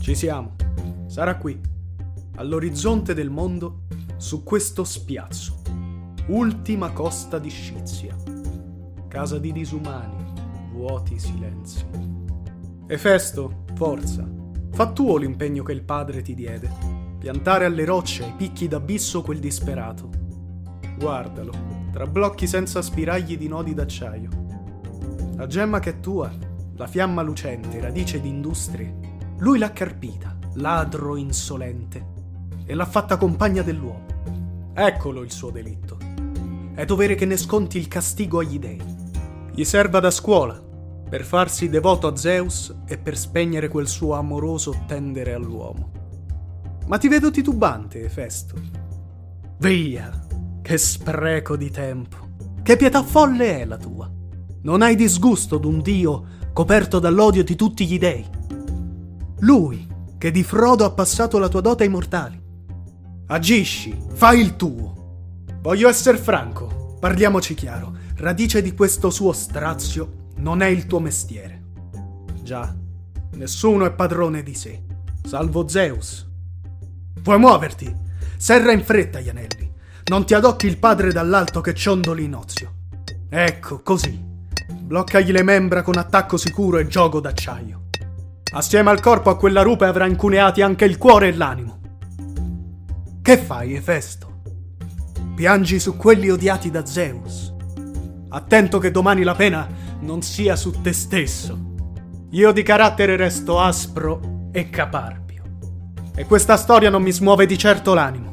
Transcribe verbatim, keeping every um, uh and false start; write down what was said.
Ci siamo. Sarà qui, all'orizzonte del mondo, su questo spiazzo. Ultima costa di Scizia. Casa di disumani, vuoti silenzi. Efesto, forza, fa tuo l'impegno che il padre ti diede. Piantare alle rocce, ai picchi d'abisso quel disperato. Guardalo, tra blocchi senza spiragli di nodi d'acciaio. La gemma che è tua, la fiamma lucente, radice d'industrie, lui l'ha carpita, ladro insolente, e l'ha fatta compagna dell'uomo. Eccolo il suo delitto. È dovere che ne sconti il castigo agli dei. Gli serva da scuola, per farsi devoto a Zeus e per spegnere quel suo amoroso tendere all'uomo. Ma ti vedo titubante, Efesto. Via, che spreco di tempo. Che pietà folle è la tua. Non hai disgusto d'un dio coperto dall'odio di tutti gli dei. Lui, che di Frodo ha passato la tua dote ai mortali. Agisci, fai il tuo. Voglio essere franco, parliamoci chiaro. Radice di questo suo strazio non è il tuo mestiere. Già, nessuno è padrone di sé, salvo Zeus. Vuoi muoverti? Serra in fretta gli anelli. Non ti adocchi il padre dall'alto che ciondoli in ozio. Ecco, così. Bloccagli le membra con attacco sicuro e gioco d'acciaio. Assieme al corpo a quella rupe avrà incuneati anche il cuore e l'animo. Che fai, Efesto? Piangi su quelli odiati da Zeus. Attento che domani la pena non sia su te stesso. Io di carattere resto aspro e caparpio. E questa storia non mi smuove di certo l'animo.